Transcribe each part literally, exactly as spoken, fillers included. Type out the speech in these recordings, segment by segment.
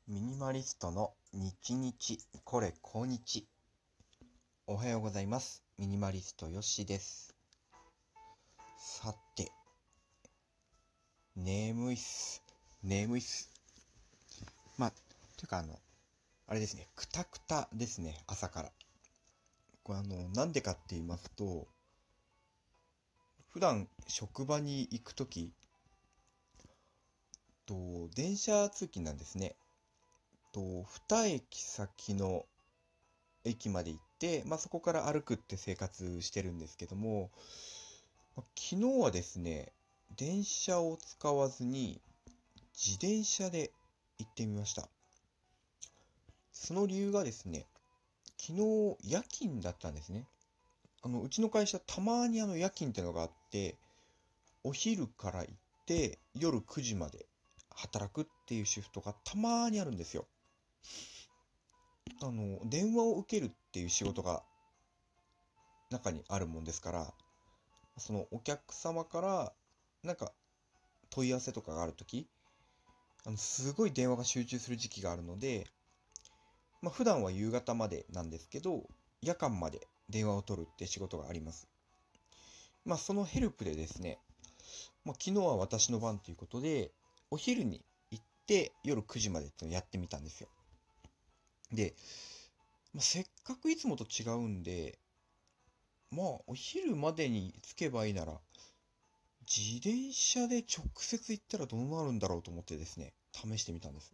ミニマリストの日日これ今日。おはようございます。ミニマリストよしです。さて、眠いっす。眠いっす。まあ、というかあの、あれですね、くたくたですね、朝から。これあの、なんでかって言いますと、普段職場に行くとき、と、電車通勤なんですね。と、に駅先の駅まで行って、まあ、そこから歩くって生活してるんですけども、まあ昨日はですね、電車を使わずに自転車で行ってみました。その理由がですね、昨日夜勤だったんですね。あの、うちの会社たまにあの夜勤ってのがあって、お昼から行って夜くじまで働くっていうシフトがたまにあるんですよ。あの、電話を受けるっていう仕事が中にあるもんですから、そのお客様からなんか問い合わせとかがあるとき、あのすごい電話が集中する時期があるので、まあ、普段は夕方までなんですけど、夜間まで電話を取るって仕事があります。まあ、そのヘルプでですね、まあ、昨日は私の番ということで、お昼に行って夜くじまでっていうのをやってみたんですよ。で、まあ、せっかくいつもと違うんで、まあ、お昼までに着けばいいなら、自転車で直接行ったらどうなるんだろうと思ってですね、試してみたんです。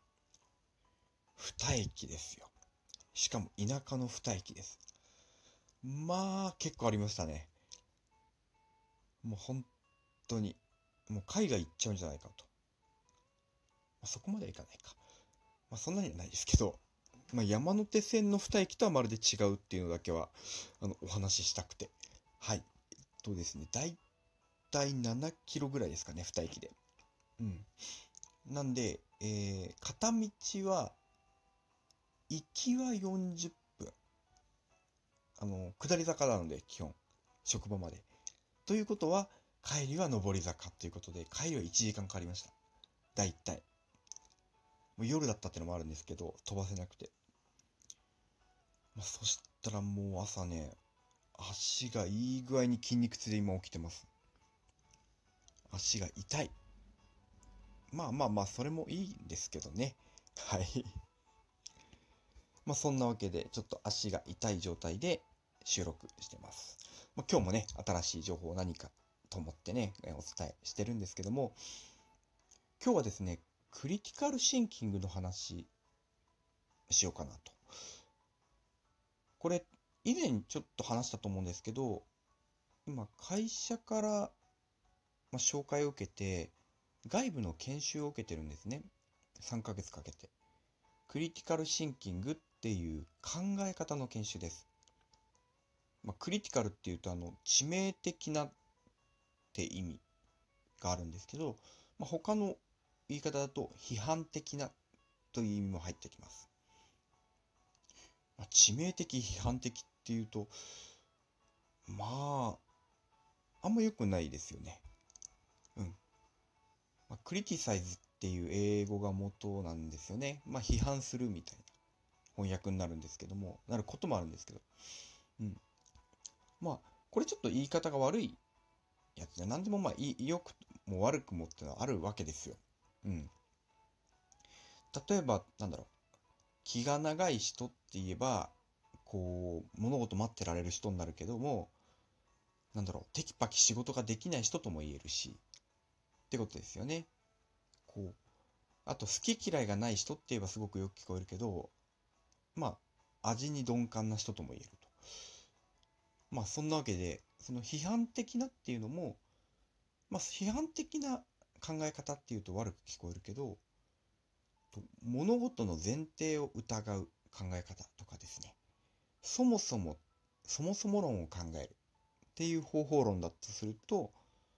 に駅ですよ。しかも田舎のに駅です。まあ、結構ありましたね。もう本当に、もう海外行っちゃうんじゃないかと。まあ、そこまではいかないか。まあ、そんなにはないですけど、まあ、山手線のに駅とはまるで違うっていうのだけは、あの、お話ししたくて。はい。えっとですね、だいたいななキロぐらいですかね、に駅で。うん。なんで、えー、片道は、行きはよんじゅっぷん。あの、下り坂なので、基本。職場まで。ということは、帰りは上り坂ということで、帰りはいちじかんかかりました。だいたい。もう夜だったってのもあるんですけど、飛ばせなくて。まあ、そしたらもう朝ね、足がいい具合に筋肉痛で今起きてます。足が痛い。まあまあまあ、それもいいんですけどね。はい。まあそんなわけで、ちょっと足が痛い状態で収録してます。まあ、今日もね、新しい情報を何かと思ってね、お伝えしてるんですけども、今日はですね、クリティカルシンキングの話しようかなと。これ、以前ちょっと話したと思うんですけど、今、会社から、まあ、紹介を受けて、外部の研修を受けてるんですね。さんかげつかけて。クリティカルシンキングっていう考え方の研修です。まあ、クリティカルっていうと、あの、致命的なって意味があるんですけど、まあ、他の言い方だと、批判的なという意味も入ってきます。まあ、致命的、批判的っていうと、まあ、あんま良くないですよね。うん。まあ、クリティサイズっていう英語が元なんですよね。まあ、批判するみたいな翻訳になるんですけども、なることもあるんですけど。うん。まあ、これちょっと言い方が悪いやつで、なんでもまあ、良くも悪くもってのはあるわけですよ。うん。例えば、なんだろう。気が長い人って言えば、こう、物事待ってられる人になるけども、なんだろう。テキパキ仕事ができない人とも言えるし、ってことですよね。こう、あと好き嫌いがない人って言えばすごくよく聞こえるけど、まあ、味に鈍感な人とも言えると。まあ、そんなわけで、その批判的なっていうのも、まあ、批判的な考え方っていうと悪く聞こえるけど、物事の前提を疑う考え方とかですね。そもそも、そもそも論を考えるっていう方法論だとすると、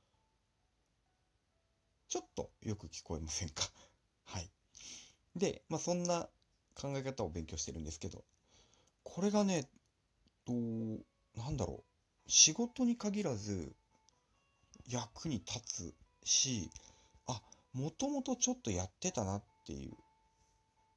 ちょっとよく聞こえませんか？はい。で、まあ、そんな考え方を勉強してるんですけど、これがね、と、なんだろう。仕事に限らず役に立つし、あ、もともとちょっとやってたなっていう。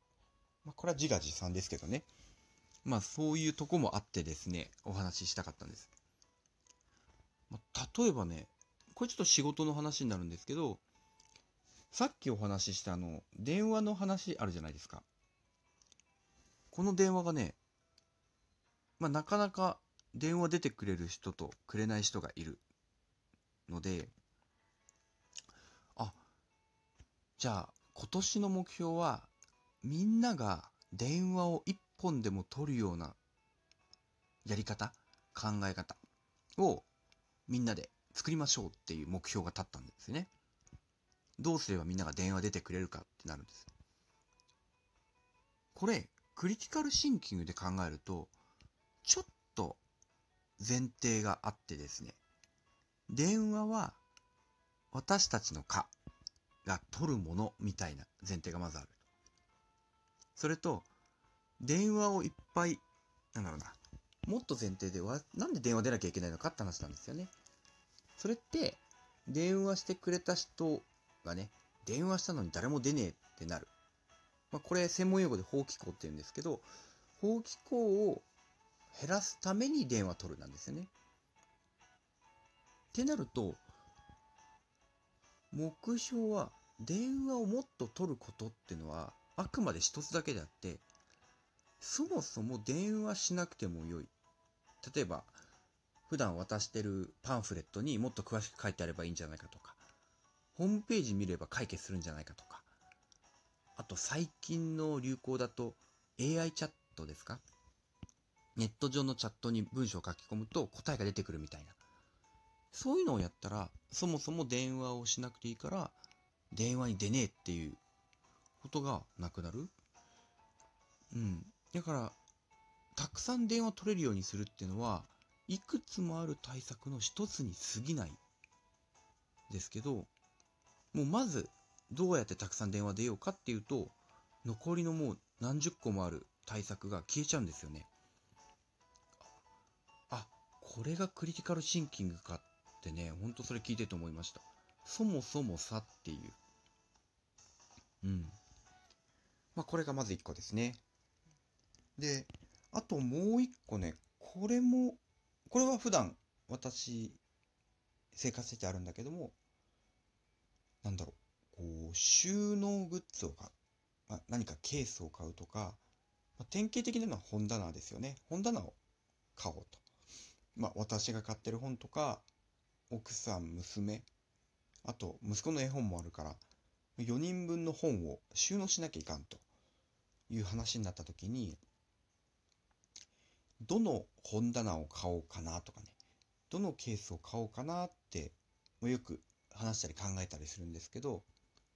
まあ、これは自画自賛ですけどね。まあそういうとこもあってですね、お話ししたかったんです。まあ、例えばね、これちょっと仕事の話になるんですけど、さっきお話ししたあの、電話の話あるじゃないですか。この電話がね、まあなかなか電話出てくれる人とくれない人がいるので、あ、じゃあ今年の目標はみんなが電話を一本でも取るようなやり方、考え方をみんなで作りましょうっていう目標が立ったんですよね。どうすればみんなが電話出てくれるかってなるんです。これ、クリティカルシンキングで考えると、ちょっと前提があってですね、電話は私たちの課が取るものみたいな前提がまずある。それと、電話をいっぱい、なんだろうな、もっと前提では、なんで電話出なきゃいけないのかって話なんですよね。それって、電話してくれた人がね、電話したのに誰も出ねえってなる。まあ、これ専門用語で法機構って言うんですけど、法機構を減らすために電話取るなんですよね。ってなると、目標は電話をもっと取ることっていうのはあくまで一つだけであって、そもそも電話しなくてもよい。例えば、普段渡してるパンフレットにもっと詳しく書いてあればいいんじゃないかとか、ホームページ見れば解決するんじゃないかとか、あと最近の流行だと エーアイ チャットですか？ネット上のチャットに文章を書き込むと答えが出てくるみたいな。そういうのをやったら、そもそも電話をしなくていいから、電話に出ねえっていうことがなくなる。うん。だから、たくさん電話取れるようにするっていうのは、いくつもある対策の一つに過ぎないですけど、もうまず、どうやってたくさん電話出ようかっていうと、残りのもう何十個もある対策が消えちゃうんですよね。あ、これがクリティカルシンキングかってね、ほんとそれ聞いてて思いました。そもそもさっていう。うん。まあこれがまず一個ですね。で、あともう一個ね、これも、これは普段私生活しててあるんだけども、なんだろう、こう、収納グッズを買う。まあ、何かケースを買うとか、まあ、典型的なのは本棚ですよね。本棚を買おうと。まあ私が買ってる本とか、奥さん、娘、あと息子の絵本もあるから、よにんぶんの本を収納しなきゃいかんという話になった時に、どの本棚を買おうかなとかね、どのケースを買おうかなってよく話したり考えたりするんですけど、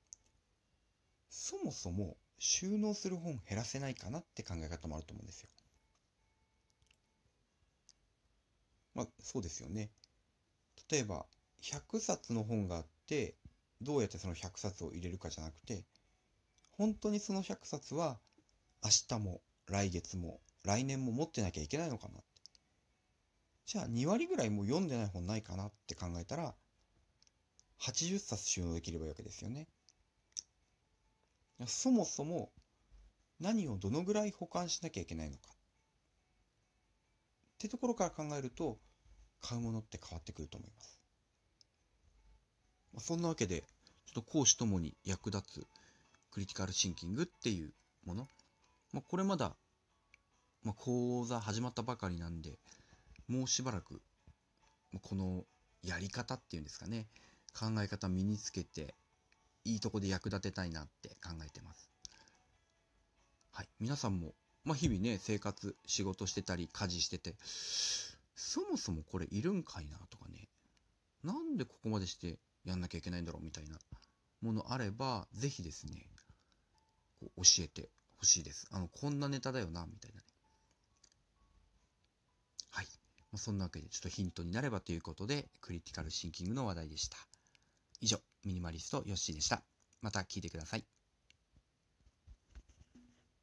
そもそも収納する本減らせないかなって考え方もあると思うんですよ。まあそうですよね。例えばひゃくさつの本があって、どうやってそのひゃくさつを入れるかじゃなくて、本当にそのひゃくさつは明日も来月も来年も持ってなきゃいけないのかなって。じゃあにわりぐらいもう読んでない本ないかなって考えたら、はちじゅっさつ収納できればいいわけですよね。そもそも何をどのぐらい保管しなきゃいけないのかってところから考えると、買うものって変わってくると思います。そんなわけで、ちょっと講師ともに役立つクリティカルシンキングっていうもの、まあ、これまだ、まあ、講座始まったばかりなんで、もうしばらくこのやり方っていうんですかね、考え方身につけていいとこで役立てたいなって考えてます。はい、皆さんも、まあ、日々ね、生活仕事してたり家事してて、そもそもこれいるんかいなとかね、なんでここまでしてやんなきゃいけないんだろうみたいなものあれば、ぜひですね、こう教えてほしいです。あのこんなネタだよなみたいなね。はい、まあ、そんなわけでちょっとヒントになればということで、クリティカルシンキングの話題でした。以上、ミニマリストヨッシーでした。また聞いてください。